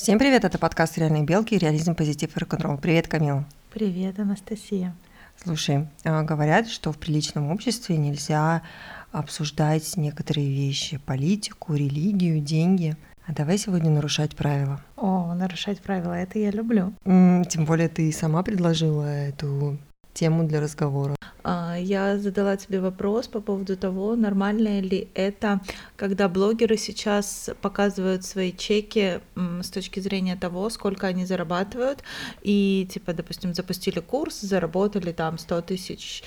Всем привет, это подкаст «Реальные белки», реализм, позитив и рок-н-ролл. Привет, Камила. Привет, Анастасия. Слушай, говорят, что в приличном обществе нельзя обсуждать некоторые вещи, политику, религию, деньги. А давай сегодня нарушать правила. О, нарушать правила, это я люблю. Тем более ты сама предложила эту тему для разговора. Я задала тебе вопрос по поводу того, нормально ли это, когда блогеры сейчас показывают свои чеки с точки зрения того, сколько они зарабатывают, и, типа, допустим, запустили курс, заработали там 100 тысяч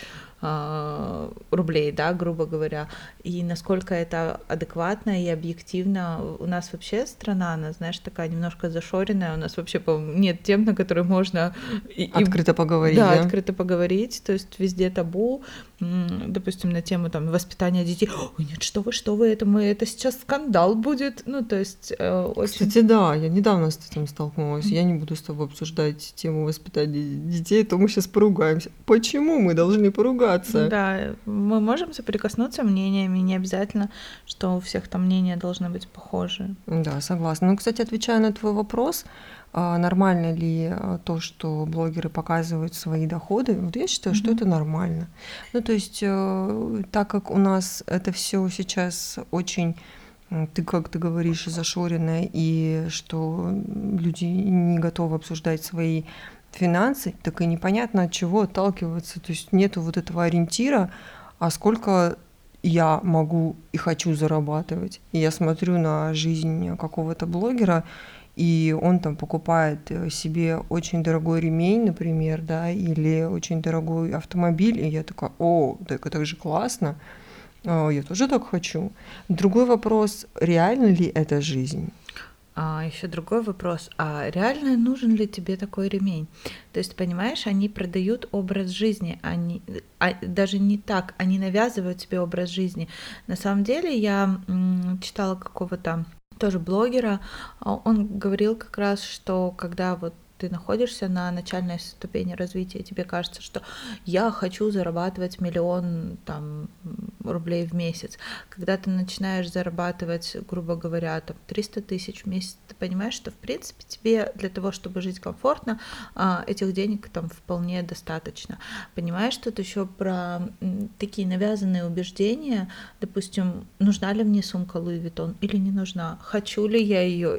рублей, да, грубо говоря, и насколько это адекватно и объективно. У нас вообще страна, она, знаешь, такая немножко зашоренная, у нас вообще, по-моему, нет тем, на которые можно Открыто поговорить, да, да? открыто поговорить, то есть везде табу, допустим, на тему там воспитания детей. Ой, нет, что вы, это сейчас скандал будет, ну, то есть очень... Кстати, да, я недавно с этим столкнулась. Я не буду с тобой обсуждать тему воспитания детей, то мы сейчас поругаемся. Почему мы должны поругаться? Да, мы можем соприкоснуться мнениями, не обязательно, что у всех там мнения должны быть похожи. Да, согласна. Ну, кстати, отвечая на твой вопрос, нормально ли то, что блогеры показывают свои доходы, вот я считаю, что это нормально. Ну, то есть, так как у нас это все сейчас очень, ты как ты говоришь, зашорено, и что люди не готовы обсуждать свои финансы, так и непонятно, от чего отталкиваться. То есть нету вот этого ориентира, а сколько я могу и хочу зарабатывать. И я смотрю на жизнь какого-то блогера, и он там покупает себе очень дорогой ремень, например, да, или очень дорогой автомобиль, и я такая: о, так это же классно, я тоже так хочу. Другой вопрос, реально ли это жизнь? Еще другой вопрос, а реально нужен ли тебе такой ремень? То есть, понимаешь, они продают образ жизни, даже не так, они навязывают тебе образ жизни. На самом деле я читала какого-то тоже блогера, он говорил как раз, что когда вот ты находишься на начальной ступени развития, тебе кажется, что я хочу зарабатывать 1 миллион там, рублей в месяц. Когда ты начинаешь зарабатывать, грубо говоря, там, 300 тысяч в месяц, ты понимаешь, что в принципе тебе для того, чтобы жить комфортно, этих денег там вполне достаточно. Понимаешь, тут еще про такие навязанные убеждения, допустим, нужна ли мне сумка Луи Виттон или не нужна, хочу ли я ее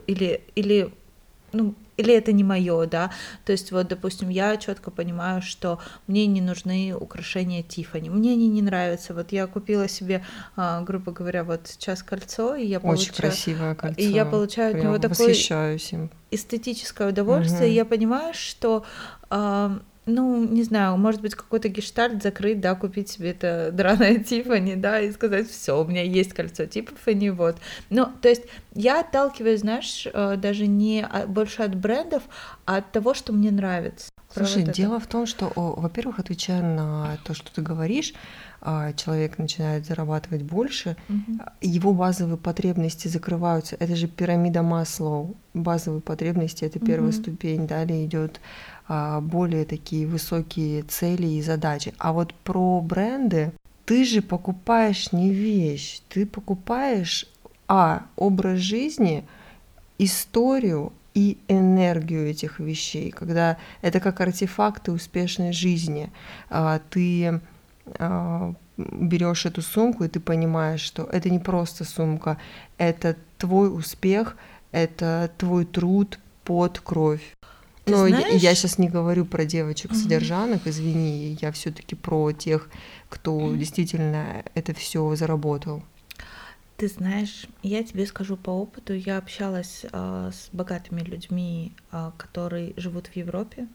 или это не мое, да, то есть вот, допустим, я четко понимаю, что мне не нужны украшения Тиффани, мне они не нравятся, вот я купила себе, грубо говоря, вот сейчас кольцо, и я Очень красивое кольцо, и я получаю от него такое восхищаюсь им. эстетическое удовольствие, и я понимаю, что ну, не знаю, может быть, какой-то гештальт закрыть, да, купить себе это драное Тиффани, да, и сказать: все, у меня есть кольцо Тиффани, вот. Ну, то есть я отталкиваюсь, знаешь, даже не больше от брендов, а от того, что мне нравится. Слушай, дело в том, что, во-первых, отвечая на то, что ты говоришь, человек начинает зарабатывать больше, его базовые потребности закрываются. Это же пирамида Маслоу. Базовые потребности — это первая ступень, далее идет более такие высокие цели и задачи. А вот про бренды: ты же покупаешь не вещь, ты покупаешь образ жизни, историю и энергию этих вещей, когда это как артефакты успешной жизни. Ты берешь эту сумку, и ты понимаешь, что это не просто сумка, это твой успех, это твой труд, пот, кровь. Но я сейчас не говорю про девочек-содержанок, извини, я все-таки про тех, кто действительно это все заработал. Ты знаешь, я тебе скажу по опыту, я общалась с богатыми людьми, которые живут в Европе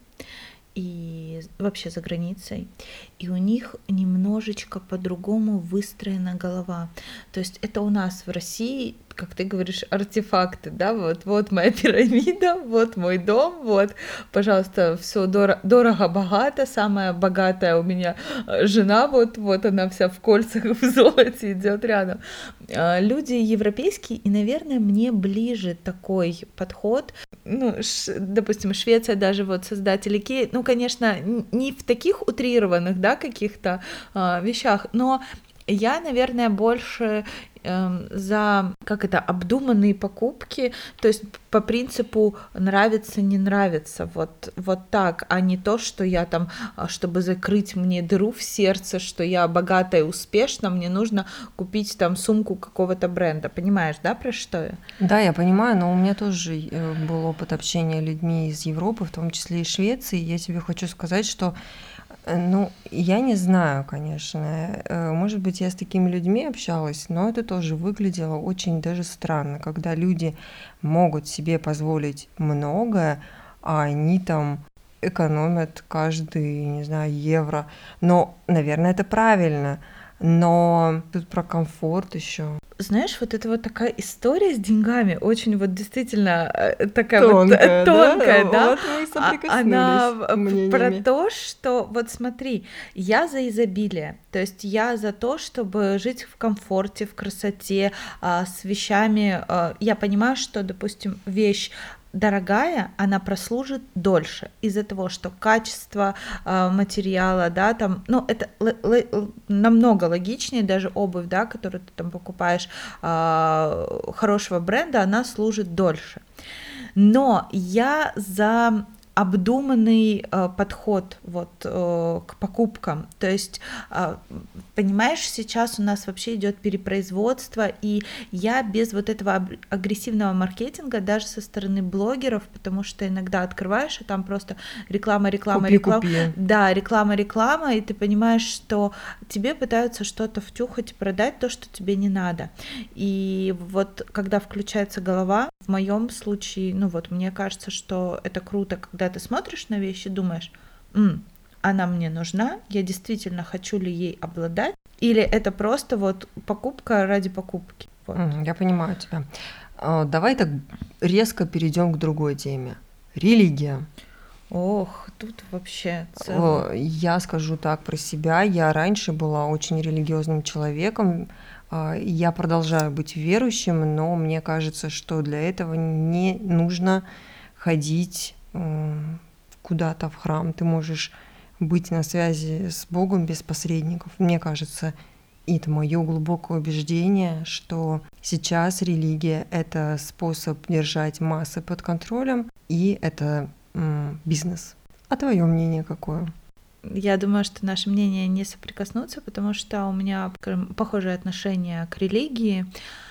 и вообще за границей, и у них немножечко по-другому выстроена голова. То есть это у нас в России, как ты говоришь, артефакты, да, вот моя пирамида, вот мой дом, вот, пожалуйста, все дорого-богато, самая богатая у меня жена, вот она вся в кольцах, в золоте идет рядом. Люди европейские, и, наверное, мне ближе такой подход. Ну, допустим, Швеция, даже вот создатели Икеи, ну, конечно, не в таких утрированных, да, каких-то вещах, но Я, наверное, больше за, как это, обдуманные покупки, то есть по принципу нравится, не нравится, вот так, а не то, что я там, чтобы закрыть мне дыру в сердце, что я богата и успешна, мне нужно купить там сумку какого-то бренда, понимаешь, да, про что я? Да, я понимаю, но у меня тоже был опыт общения с людьми из Европы, в том числе и Швеции. Я тебе хочу сказать, что ну, я не знаю, конечно. Может быть, я с такими людьми общалась, но это тоже выглядело очень даже странно, когда люди могут себе позволить многое, а они там экономят каждый, не знаю, евро. Но, наверное, это правильно. Но тут про комфорт еще. Знаешь, вот это вот такая история с деньгами, очень вот действительно такая Тонкая, тонкая, да? Вот мы и Она соприкоснулись про мнениями. то, что вот смотри, я за изобилие, то есть я за то, чтобы жить в комфорте, в красоте, с вещами. Я понимаю, что, допустим, вещь дорогая, она прослужит дольше из-за того, что качество материала, да, там, ну, это намного логичнее, даже обувь, да, которую ты там покупаешь хорошего бренда, она служит дольше. Но я за обдуманный подход вот к покупкам. То есть, понимаешь, сейчас у нас вообще идет перепроизводство, и я без вот этого агрессивного маркетинга даже со стороны блогеров, потому что иногда открываешь, и там просто реклама, реклама, реклама. Купи. Да, реклама, реклама, и ты понимаешь, что тебе пытаются что-то втюхать и продать то, что тебе не надо. И вот когда включается голова, в моем случае, ну вот мне кажется, что это круто, когда ты смотришь на вещи и думаешь, она мне нужна, я действительно хочу ли ей обладать, или это просто вот покупка ради покупки. Вот. Я понимаю тебя. Давай так резко перейдем к другой теме. Религия. Ох, тут вообще целый... Я скажу так про себя. Я раньше была очень религиозным человеком. Я продолжаю быть верующим, но мне кажется, что для этого не нужно ходить куда-то в храм. Ты можешь быть на связи с Богом без посредников. Мне кажется, и это мое глубокое убеждение, что сейчас религия — это способ держать массы под контролем, и это бизнес. А твое мнение какое? Я думаю, что наши мнения не соприкоснутся, потому что у меня похожее отношение к религии.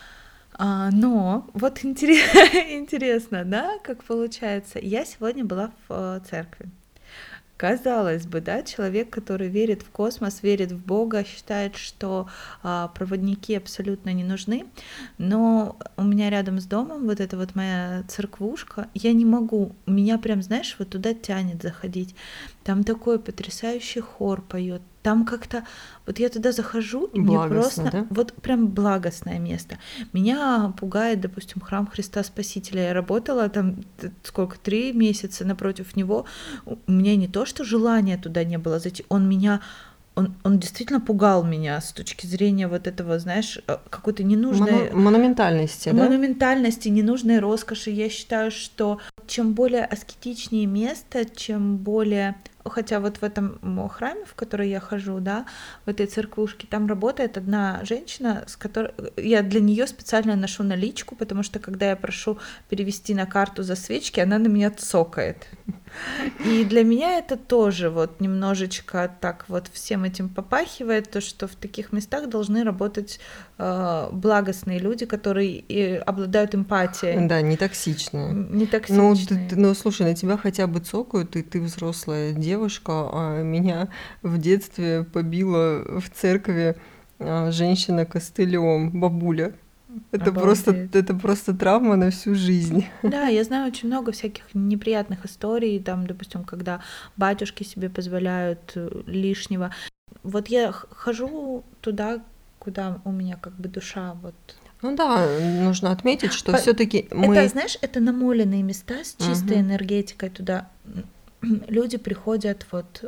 Но вот интересно, да, как получается. Я сегодня была в церкви. Казалось бы, да, человек, который верит в космос, верит в Бога, считает, что проводники абсолютно не нужны, но у меня рядом с домом вот эта вот моя церквушка, я не могу, меня прям, знаешь, вот туда тянет заходить, там такой потрясающий хор поет, там как-то, вот я туда захожу, и мне просто, да? вот прям благостное место. Меня пугает, допустим, храм Христа Спасителя. Я работала там сколько, 3 месяца напротив него. У меня не то, что желания туда не было зайти, он действительно пугал меня с точки зрения вот этого, знаешь, какой-то ненужной... Монументальности, да? Монументальности, ненужной роскоши. Я считаю, что чем более аскетичнее место, чем более... Хотя вот в этом храме, в который я хожу, да, в этой церквушке, там работает одна женщина, с которой я для нее специально ношу наличку, потому что когда я прошу перевести на карту за свечки, она на меня цокает. И для меня это тоже вот немножечко так вот всем этим попахивает, то, что в таких местах должны работать благостные люди, которые обладают эмпатией. Да, не токсичные. Не токсичные. Ну, слушай, на тебя хотя бы цокают, и ты взрослая девушка, а меня в детстве побила в церкви женщина костылем, бабуля. Это просто травма на всю жизнь. Да, я знаю очень много всяких неприятных историй, там, допустим, когда батюшки себе позволяют лишнего. Вот я хожу туда, куда у меня как бы душа вот. Ну да, нужно отметить, что все-таки мы... Это, знаешь, это намоленные места с чистой энергетикой туда. Люди приходят вот...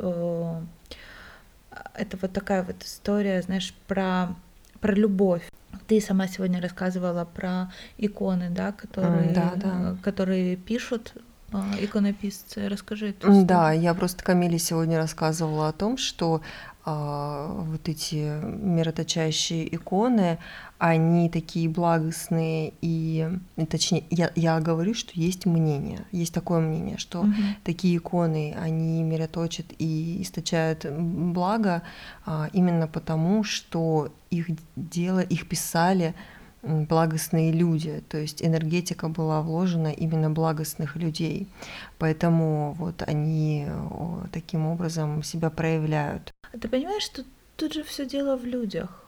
Это вот такая вот история, знаешь, про любовь. Ты сама сегодня рассказывала про иконы, да, которые пишут иконописцы. Расскажи эту историю. Да, я просто Камиле сегодня рассказывала о том, что вот эти мироточащие иконы, они такие благостные, и точнее, я говорю, что есть мнение, есть такое мнение, что такие иконы, они мироточат и источают благо именно потому, что их писали благостные люди, то есть энергетика была вложена именно благостных людей, поэтому вот они таким образом себя проявляют. Ты понимаешь, что тут же все дело в людях.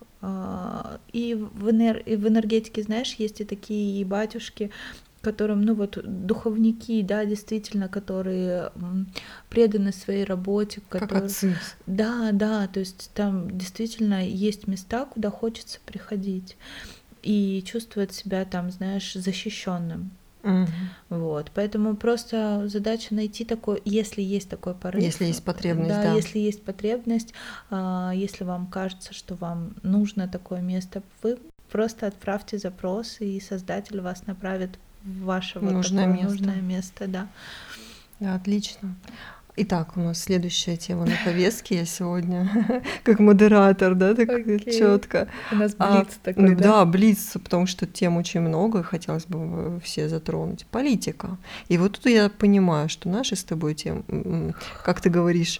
И в энергетике, знаешь, есть и такие батюшки, которым, ну вот, духовники, да, действительно, которые преданы своей работе. Как отцы. Да, то есть там действительно есть места, куда хочется приходить и чувствовать себя там, знаешь, защищенным. Вот, поэтому просто задача найти такой, если есть такой порыв, если есть потребность, да, если есть потребность, если вам кажется, что вам нужно такое место, вы просто отправьте запрос, и Создатель вас направит в ваше вот нужное такое нужное место, да. Да, отлично. Итак, у нас следующая тема на повестке. Я сегодня как модератор, да, так четко. У нас блиц такой, да? Да, блиц, потому что тем очень много, и хотелось бы все затронуть. Политика. И вот тут я понимаю, что наши с тобой темы, как ты говоришь,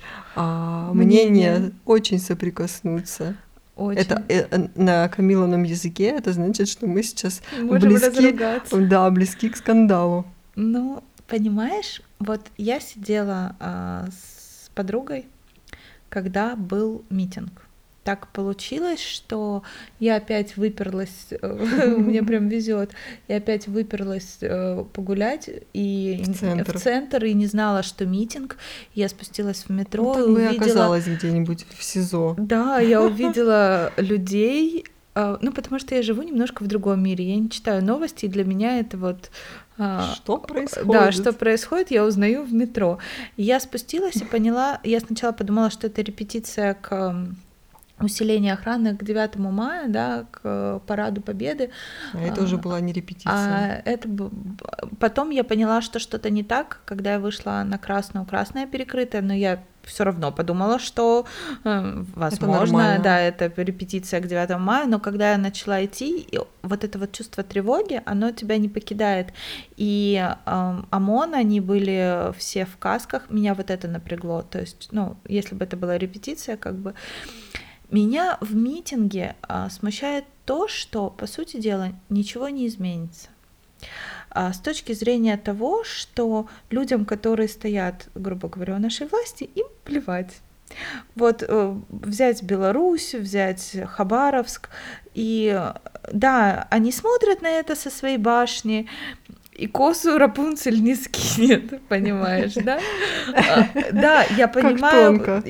мнения очень соприкоснутся. Очень. Это на Камиловном языке, это значит, что мы сейчас можем разругаться. Да, близки к скандалу. Ну, понимаешь, вот я сидела с подругой, когда был митинг. Так получилось, что я опять выперлась, мне прям везет, я опять выперлась погулять в центр, и не знала, что митинг. Я спустилась в метро и увидела... оказалась где-нибудь в СИЗО. Да, я увидела людей, ну, потому что я живу немножко в другом мире, я не читаю новости, и для меня это вот... Что происходит? Да, что происходит, я узнаю в метро. Я спустилась и поняла, я сначала подумала, что это репетиция к усилению охраны к 9 мая, да, к Параду Победы. Это уже была не репетиция. Потом я поняла, что что-то не так, когда я вышла на красную, красная перекрытая, но я все равно подумала, что, возможно, это репетиция к 9 мая, но когда я начала идти, вот это вот чувство тревоги, оно тебя не покидает. И ОМОН, они были все в касках, меня вот это напрягло. То есть, ну, если бы это была репетиция, как бы... Меня в митинге смущает то, что, по сути дела, ничего не изменится. С точки зрения того, что людям, которые стоят, грубо говоря, у нашей власти, им плевать. Вот взять Беларусь, взять Хабаровск, и да, они смотрят на это со своей башни, и косу Рапунцель не скинет, понимаешь, да? Да, я понимаю,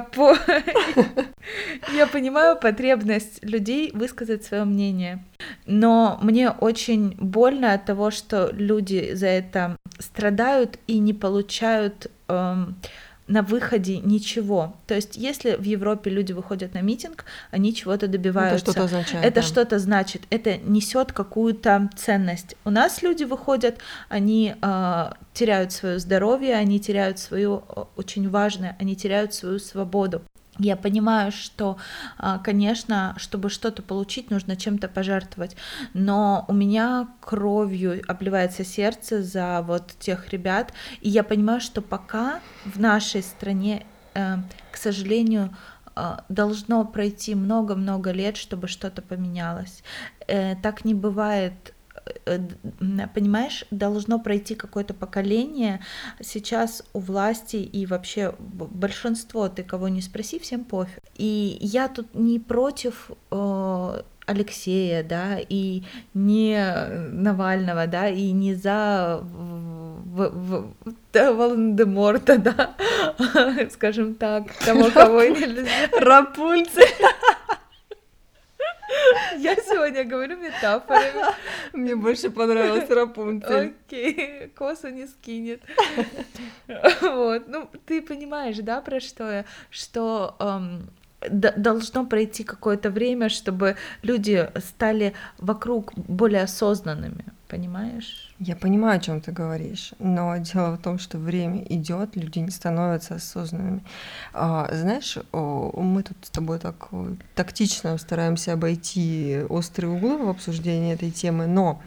я понимаю потребность людей высказать свое мнение, но мне очень больно от того, что люди за это страдают и не получают на выходе ничего. То есть, если в Европе люди выходят на митинг, они чего-то добиваются. Это что-то означает. Это что-то значит. Это несет какую-то ценность. У нас люди выходят, они теряют свое здоровье, они теряют свою, очень важное, они теряют свою свободу. Я понимаю, что, конечно, чтобы что-то получить, нужно чем-то пожертвовать, но у меня кровью обливается сердце за вот тех ребят, и я понимаю, что пока в нашей стране, к сожалению, должно пройти много-много лет, чтобы что-то поменялось. Так не бывает. Понимаешь, должно пройти какое-то поколение. Сейчас у власти и вообще большинство, ты кого не спроси, всем пофиг. И я тут не против Алексея, да, и не Навального, да, и не за Волан-де-Морта, да, скажем так, того, кого нельзя. Рапунцель. Я сегодня говорю метафорами. Мне больше понравилась Рапунцель. Окей, косу не скинет. Вот, ну ты понимаешь, да, про что я? Что должно пройти какое-то время, чтобы люди стали вокруг более осознанными. Понимаешь? Я понимаю, о чем ты говоришь, но дело в том, что время идет, люди не становятся осознанными. Знаешь, мы тут с тобой так тактично стараемся обойти острые углы в обсуждении этой темы, но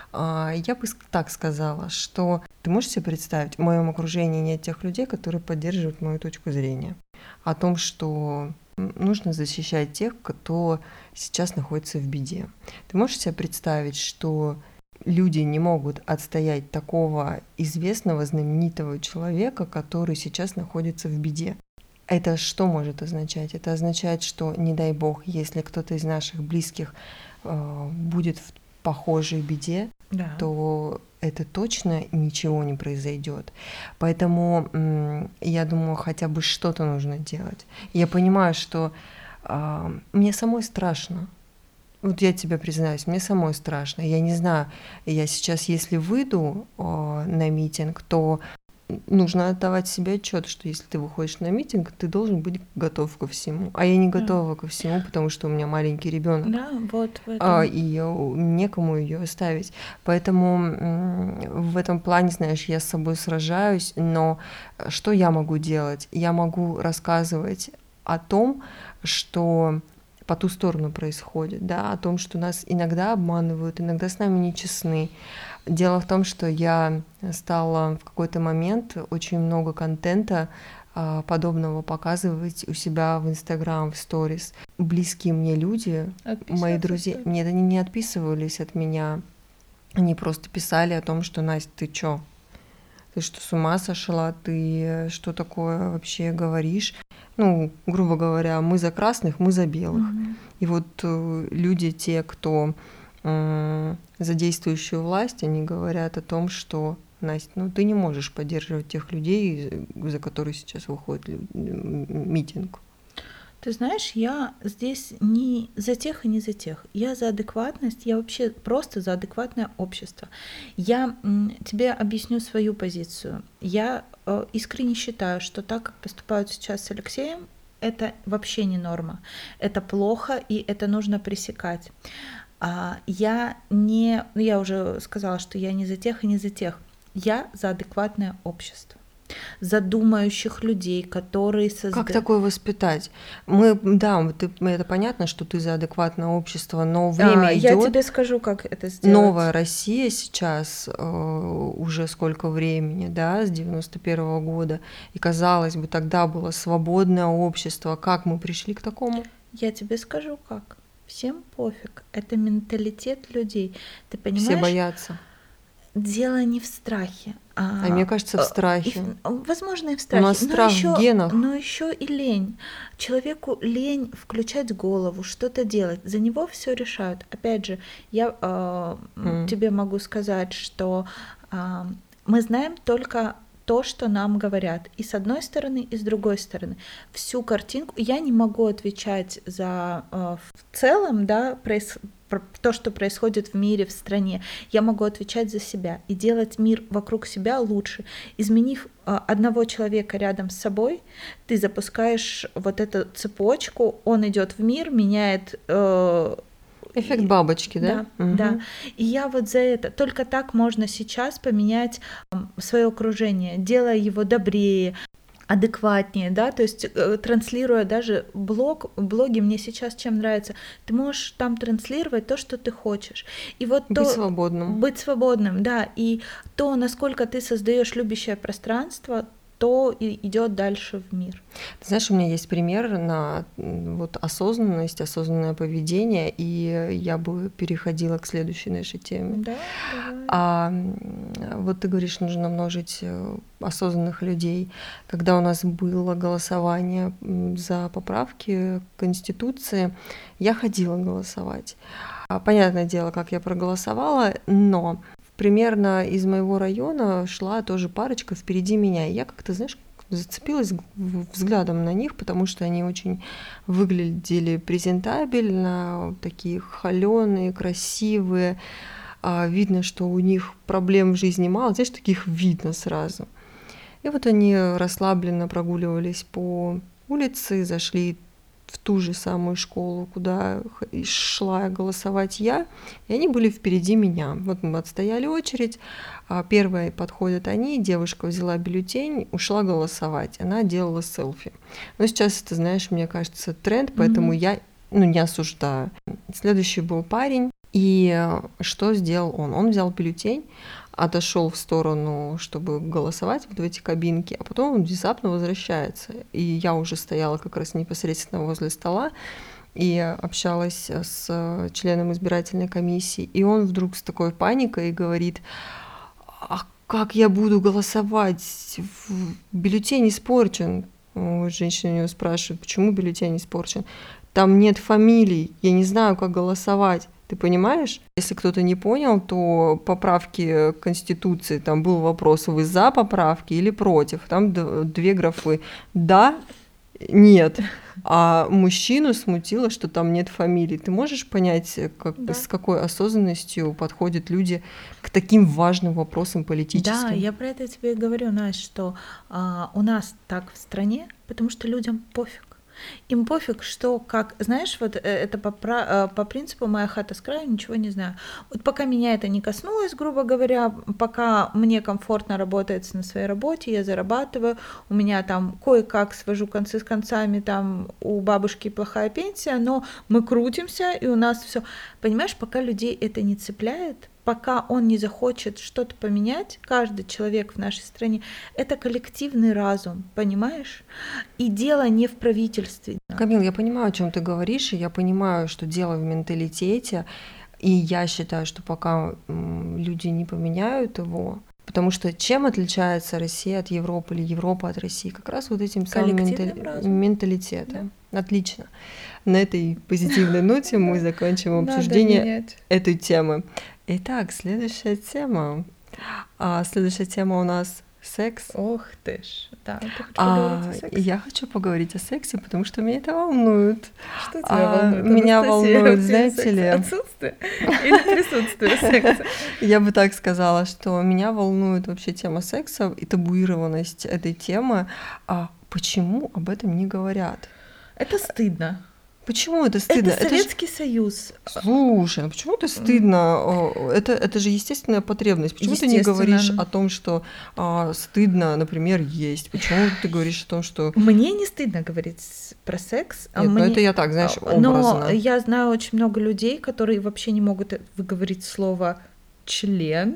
я бы так сказала, что ты можешь себе представить, в моем окружении нет тех людей, которые поддерживают мою точку зрения о том, что нужно защищать тех, кто сейчас находится в беде. Ты можешь себе представить, что люди не могут отстоять такого известного, знаменитого человека, который сейчас находится в беде? Это что может означать? Это означает, что, не дай бог, если кто-то из наших близких будет в похожей беде, Да. то это точно ничего не произойдет. Поэтому я думаю, хотя бы что-то нужно делать. Я понимаю, что мне самой страшно. Вот я тебе признаюсь, мне самой страшно. Я не знаю, я сейчас, если выйду на митинг, то нужно отдавать себе отчет, что если ты выходишь на митинг, ты должен быть готов ко всему. А я не готова ко всему, потому что у меня маленький ребенок. Да, вот в этом. И некому ее оставить. Поэтому в этом плане, знаешь, я с собой сражаюсь, но что я могу делать? Я могу рассказывать о том, что по ту сторону происходит, да, о том, что нас иногда обманывают, иногда с нами нечестны. Дело в том, что я стала в какой-то момент очень много контента подобного показывать у себя в Инстаграм, в сторис. Близкие мне люди, мои друзья, нет, они не отписывались от меня, они просто писали о том, что Настя, ты чё? Ты что, с ума сошла? Ты что такое вообще говоришь? Ну, грубо говоря, мы за красных, мы за белых. И вот люди, те, кто за действующую власть, они говорят о том, что Настя, ну ты не можешь поддерживать тех людей, за которые сейчас выходит митинг. Ты знаешь, я здесь не за тех и не за тех. Я за адекватность, я вообще просто за адекватное общество. Я тебе объясню свою позицию. Я искренне считаю, что так, как поступают сейчас с Алексеем, это вообще не норма. Это плохо, и это нужно пресекать. Я уже сказала, что я не за тех и не за тех. Я за адекватное общество. За думающих людей, которые создают... Как такое воспитать? Это понятно, что ты за адекватное общество, но время идет. Я тебе скажу, как это сделать. Новая Россия сейчас уже сколько времени, да, с 91-го года, и казалось бы, тогда было свободное общество. Как мы пришли к такому? Я тебе скажу, как. Всем пофиг. Это менталитет людей. Ты понимаешь? Все боятся. Дело не в страхе. Мне кажется, в страхе. Возможно, и в страхе. У нас страх в генах. Но еще и лень. Человеку лень включать голову, что-то делать. За него все решают. Опять же, я тебе могу сказать, что мы знаем только то, что нам говорят. И с одной стороны, и с другой стороны. Всю картинку. Я не могу отвечать за в целом, да, то, что происходит в мире, в стране. Я могу отвечать за себя и делать мир вокруг себя лучше. Изменив одного человека рядом с собой, ты запускаешь вот эту цепочку, он идет в мир, меняет... Эффект бабочки, да? Да, да. И я вот за это. Только так можно сейчас поменять свое окружение, делая его добрее, адекватнее, да, то есть транслируя даже блоги мне сейчас чем нравится, ты можешь там транслировать то, что ты хочешь. И вот быть свободным. Быть свободным, да, и то, насколько ты создаешь любящее пространство, то и идет дальше в мир. Ты знаешь, у меня есть пример на вот осознанность, осознанное поведение, и я бы переходила к следующей нашей теме. Да, давай. Вот ты говоришь, нужно множить осознанных людей. Когда у нас было голосование за поправки к Конституции, я ходила голосовать. Понятное дело, как я проголосовала, но примерно из моего района шла тоже парочка впереди меня. И я как-то, знаешь, зацепилась взглядом на них, потому что они очень выглядели презентабельно, такие холёные, красивые. Видно, что у них проблем в жизни мало. Знаешь, таких видно сразу. И вот они расслабленно прогуливались по улице, зашли в ту же самую школу, куда шла голосовать я, и они были впереди меня. Вот мы отстояли очередь, первой подходят они, девушка взяла бюллетень, ушла голосовать, она делала селфи. Но сейчас это, знаешь, мне кажется, тренд, поэтому я не осуждаю. Следующий был парень, и что сделал он? Он взял бюллетень, отошел в сторону, чтобы голосовать вот в эти кабинки, а потом он внезапно возвращается. И я уже стояла как раз непосредственно возле стола и общалась с членом избирательной комиссии, и он вдруг с такой паникой говорит: а как я буду голосовать? Бюллетень испорчен. Женщина у него спрашивает: почему бюллетень испорчен? Там нет фамилий, я не знаю, как голосовать. Ты понимаешь? Если кто-то не понял, то поправки к Конституции, там был вопрос: вы за поправки или против? Там две графы: да, нет. А мужчину смутило, что там нет фамилий. Ты можешь понять, с какой осознанностью подходят люди к таким важным вопросам политическим? Да, я про это тебе и говорю, Настя, что у нас так в стране, потому что людям пофиг. Им пофиг, что как, знаешь, вот это по принципу «моя хата с краю, ничего не знаю». Вот пока меня это не коснулось, грубо говоря, пока мне комфортно работается на своей работе, я зарабатываю, у меня там кое-как свожу концы с концами, там у бабушки плохая пенсия, но мы крутимся, и у нас все. Понимаешь, пока людей это не цепляет, пока он не захочет что-то поменять, каждый человек в нашей стране, это коллективный разум, понимаешь? И дело не в правительстве. Камил, я понимаю, о чем ты говоришь, и я понимаю, что дело в менталитете, и я считаю, что пока люди не поменяют его, потому что чем отличается Россия от Европы или Европа от России? Как раз вот этим самым менталитетом. Да. Отлично. На этой позитивной ноте мы закончим обсуждение этой темы. Итак, следующая тема. Следующая тема у нас секс. Ох ты ж, да, ты хочешь поговорить о сексе? Я хочу поговорить о сексе, потому что меня это волнует. Что тебя волнует? Меня волнует, знаете ли... Отсутствие или присутствие секса? Я бы так сказала, что меня волнует вообще тема секса и табуированность этой темы. Почему об этом не говорят? Это стыдно. Почему это стыдно? Это Советский Союз. Слушай, ну почему это стыдно? Это же естественная потребность. Почему ты не говоришь о том, что стыдно, например, есть? Почему ты говоришь о том, что... Мне не стыдно говорить про секс. Нет, ну это я так, знаешь, образно. Но я знаю очень много людей, которые вообще не могут выговорить слово «член»,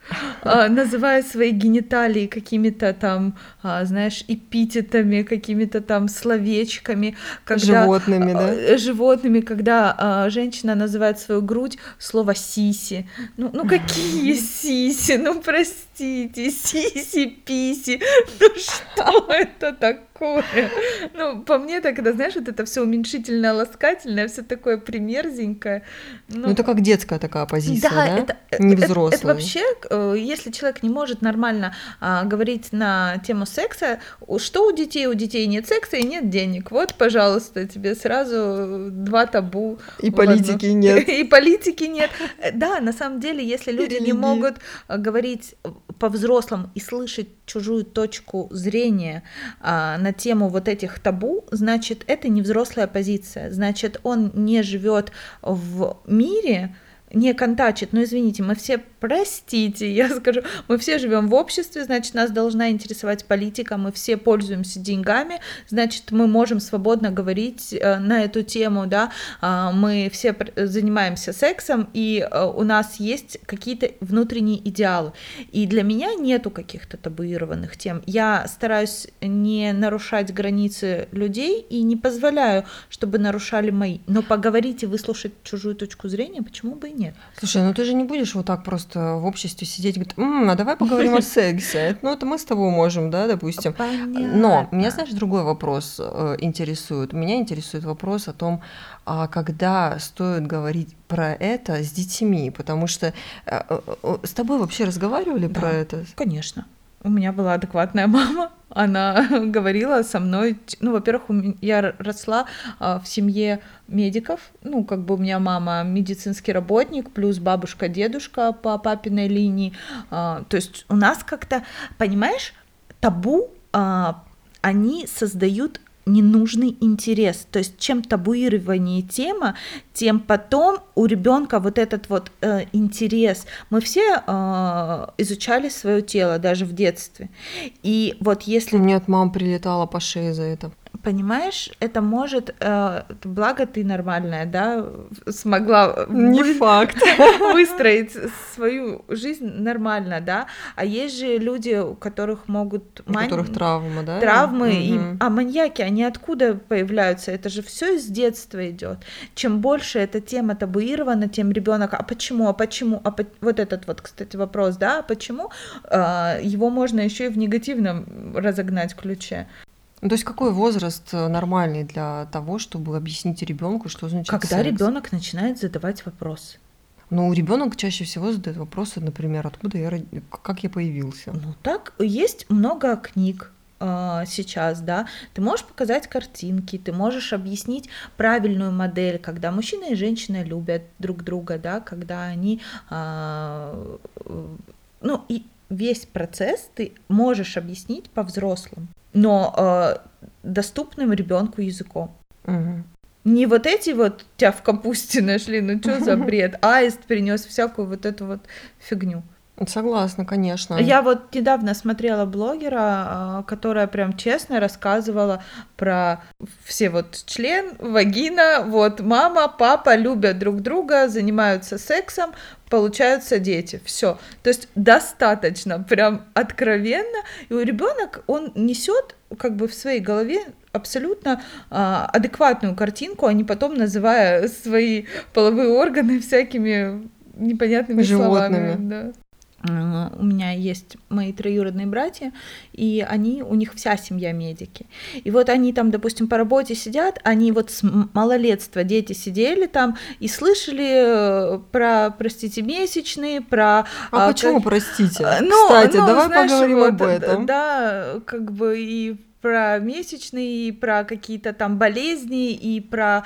называя свои гениталии какими-то там, знаешь, эпитетами, какими-то там словечками. Когда, животными, да? Животными, когда женщина называет свою грудь слово «сиси». Ну какие сиси? Ну, простите, сиси-писи. Ну, что это такое? Ну, по мне, так, когда, знаешь, вот это все уменьшительное, ласкательное, все такое примерзенькое. Ну, это как детская такая позиция, да? Не взрослая. Это вообще, если человек не может нормально говорить на тему секса, что у детей? У детей нет секса и нет денег. Вот, пожалуйста, тебе сразу два табу. И политики нет. И политики нет. Да, на самом деле, если люди не могут говорить по-взрослому и слышать чужую точку зрения на тему вот этих табу, значит, это не взрослая позиция. Значит, он не живет в мире, не контачит. Но извините, мы все, простите, я скажу, мы все живем в обществе, значит, нас должна интересовать политика, мы все пользуемся деньгами, значит, мы можем свободно говорить на эту тему, да, мы все занимаемся сексом, и у нас есть какие-то внутренние идеалы. И для меня нету каких-то табуированных тем. Я стараюсь не нарушать границы людей и не позволяю, чтобы нарушали мои. Но поговорить и выслушать чужую точку зрения, почему бы и нет? Слушай, ну ты же не будешь вот так просто в обществе сидеть и говорить: а давай поговорим о сексе. Ну, это мы с тобой можем, да, допустим. Понятно. Но меня, знаешь, другой вопрос интересует. Меня интересует вопрос о том, когда стоит говорить про это с детьми, потому что с тобой вообще разговаривали про это? Конечно. У меня была адекватная мама, она говорила со мной, ну, во-первых, я росла в семье медиков, ну, как бы у меня мама медицинский работник, плюс бабушка, дедушка по папиной линии, то есть у нас как-то, понимаешь, табу, они создают ненужный интерес. То есть чем табуированнее тема, тем потом у ребенка вот этот вот интерес. Мы все изучали свое тело даже в детстве. И вот если... Мне от мам прилетала по шее за это. Понимаешь, это может, благо ты нормальная, да, смогла факт. выстроить свою жизнь нормально, да, а есть же люди, у которых могут... У которых травмы, да? Травмы, а маньяки, они откуда появляются? Это же все из детства идет. Чем больше эта тема табуирована, тем ребенок, вот этот вот, кстати, вопрос, да, а почему, его можно еще и в негативном разогнать ключе. То есть какой возраст нормальный для того, чтобы объяснить ребенку, что значит Когда секс? ребенок начинает задавать вопросы. Ну, ребенок чаще всего задает вопросы, например, как я появился. Ну так, есть много книг сейчас, да, ты можешь показать картинки, ты можешь объяснить правильную модель, когда мужчина и женщина любят друг друга, да, когда они, и весь процесс ты можешь объяснить по-взрослому, но доступным ребенку языком. Угу. Не вот эти вот тебя в капусте нашли, ну что за бред, аист принес всякую вот эту вот фигню. Согласна, конечно. Я вот недавно смотрела блогера, которая прям честно рассказывала про все вот член, вагина, вот мама, папа любят друг друга, занимаются сексом, получаются дети, все. То есть достаточно, прям откровенно, и ребенок он несет как бы в своей голове абсолютно адекватную картинку, а не потом называя свои половые органы всякими непонятными животными. словами. Да. У меня есть мои троюродные братья, и у них вся семья медики. И вот они там, допустим, по работе сидят, они вот с малолетства дети сидели там и слышали про, простите, месячные, про... Почему, простите? Кстати, давай поговорим об этом. Да, как бы и про месячные, и про какие-то там болезни, и про...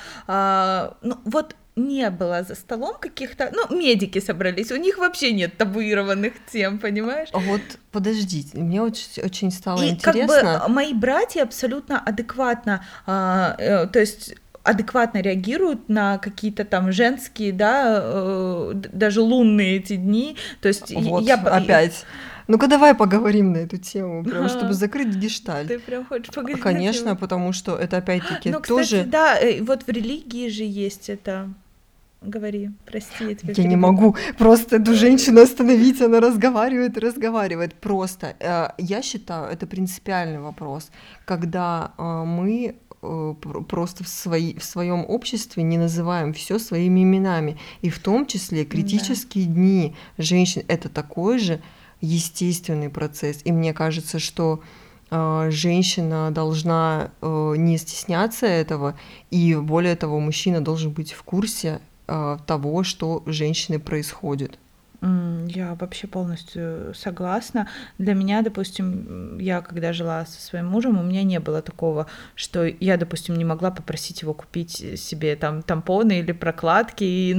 не было за столом каких-то... медики собрались, у них вообще нет табуированных тем, понимаешь? Вот, подождите, мне очень стало интересно. И как бы мои братья абсолютно адекватно, то есть адекватно реагируют на какие-то там женские, да, даже лунные эти дни, то есть... Вот, опять... Ну-ка давай поговорим на эту тему, прям, чтобы закрыть гештальт. Ты прям хочешь поговорить? Конечно, потому что это опять-таки тоже... Кстати, да, вот в религии же есть это... Говори, прости, я тебя Я не могу просто эту женщину остановить, она разговаривает. Просто я считаю, это принципиальный вопрос, когда мы просто в своем обществе не называем все своими именами, и в том числе критические дни женщин — это такой же естественный процесс, и мне кажется, что женщина должна не стесняться этого, и более того, мужчина должен быть в курсе того, что с женщиной происходит. Я вообще полностью согласна. Для меня, допустим, я когда жила со своим мужем, у меня не было такого, что я, допустим, не могла попросить его купить себе там тампоны или прокладки, и,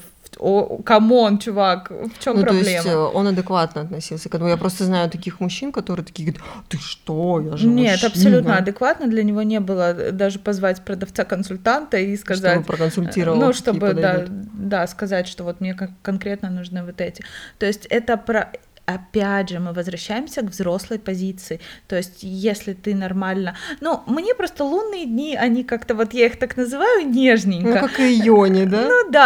камон, чувак, в чем проблема? То есть он адекватно относился к этому. Я просто знаю таких мужчин, которые такие говорят: ты что, я же Нет, мужчина. абсолютно адекватно. Для него не было даже позвать продавца-консультанта и сказать... Чтобы проконсультировал. Чтобы, сказать, что вот мне конкретно нужны вот эти. То есть это про... Опять же, мы возвращаемся к взрослой позиции. То есть, если ты нормально... мне просто лунные дни, они как-то, вот я их так называю, нежненько. Как и йони, да?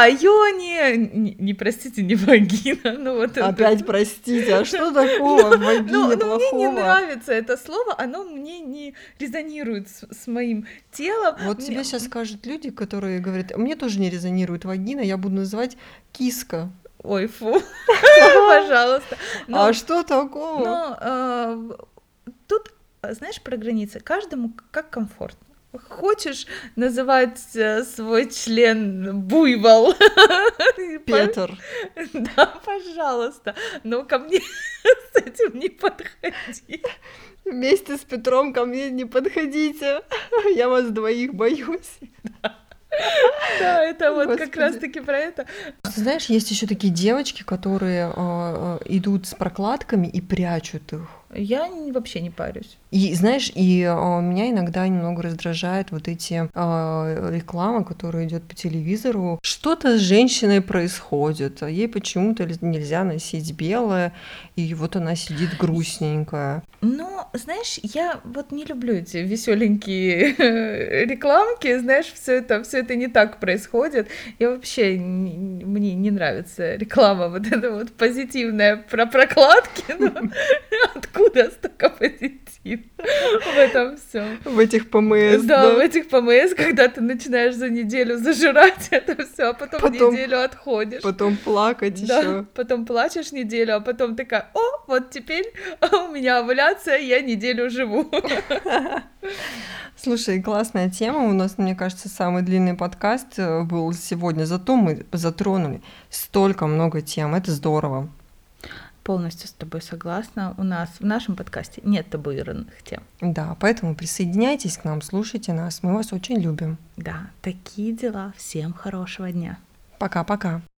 Йони, не простите, не вагина. Опять простите, а что такого в вагине плохого? Мне не нравится это слово, оно мне не резонирует с моим телом. Вот тебе сейчас скажут люди, которые говорят: мне тоже не резонирует вагина, я буду называть киска. Ой, фу, пожалуйста. А что такого? Тут, знаешь, про границы. Каждому как комфортно. Хочешь называть свой член буйвол? Петр. Да, пожалуйста. Но ко мне с этим не подходи. Вместе с Петром ко мне не подходите. Я вас двоих боюсь. Да, это вот как раз-таки про это. Знаешь, есть еще такие девочки, которые идут с прокладками и прячут их. Я вообще не парюсь. И знаешь, меня иногда немного раздражают вот эти рекламы, которые идет по телевизору. Что-то с женщиной происходит, а ей почему-то нельзя носить белое, и вот она сидит грустненькая. Ну, знаешь, я вот не люблю эти веселенькие рекламки, знаешь, все это не так происходит. Я вообще мне не нравится реклама вот эта вот позитивная про прокладки. Откуда столько позитива в этом всем? В этих ПМС, да, в этих ПМС, когда ты начинаешь за неделю зажирать это все, а потом неделю отходишь. Потом плакать еще. Потом плачешь неделю, а потом такая: о, вот теперь у меня овуляция, я неделю живу. Слушай, классная тема. У нас, мне кажется, самый длинный подкаст был сегодня. Зато мы затронули столько много тем. Это здорово. Полностью с тобой согласна. У нас в нашем подкасте нет табуированных тем. Да, поэтому присоединяйтесь к нам, слушайте нас. Мы вас очень любим. Да, такие дела. Всем хорошего дня. Пока-пока.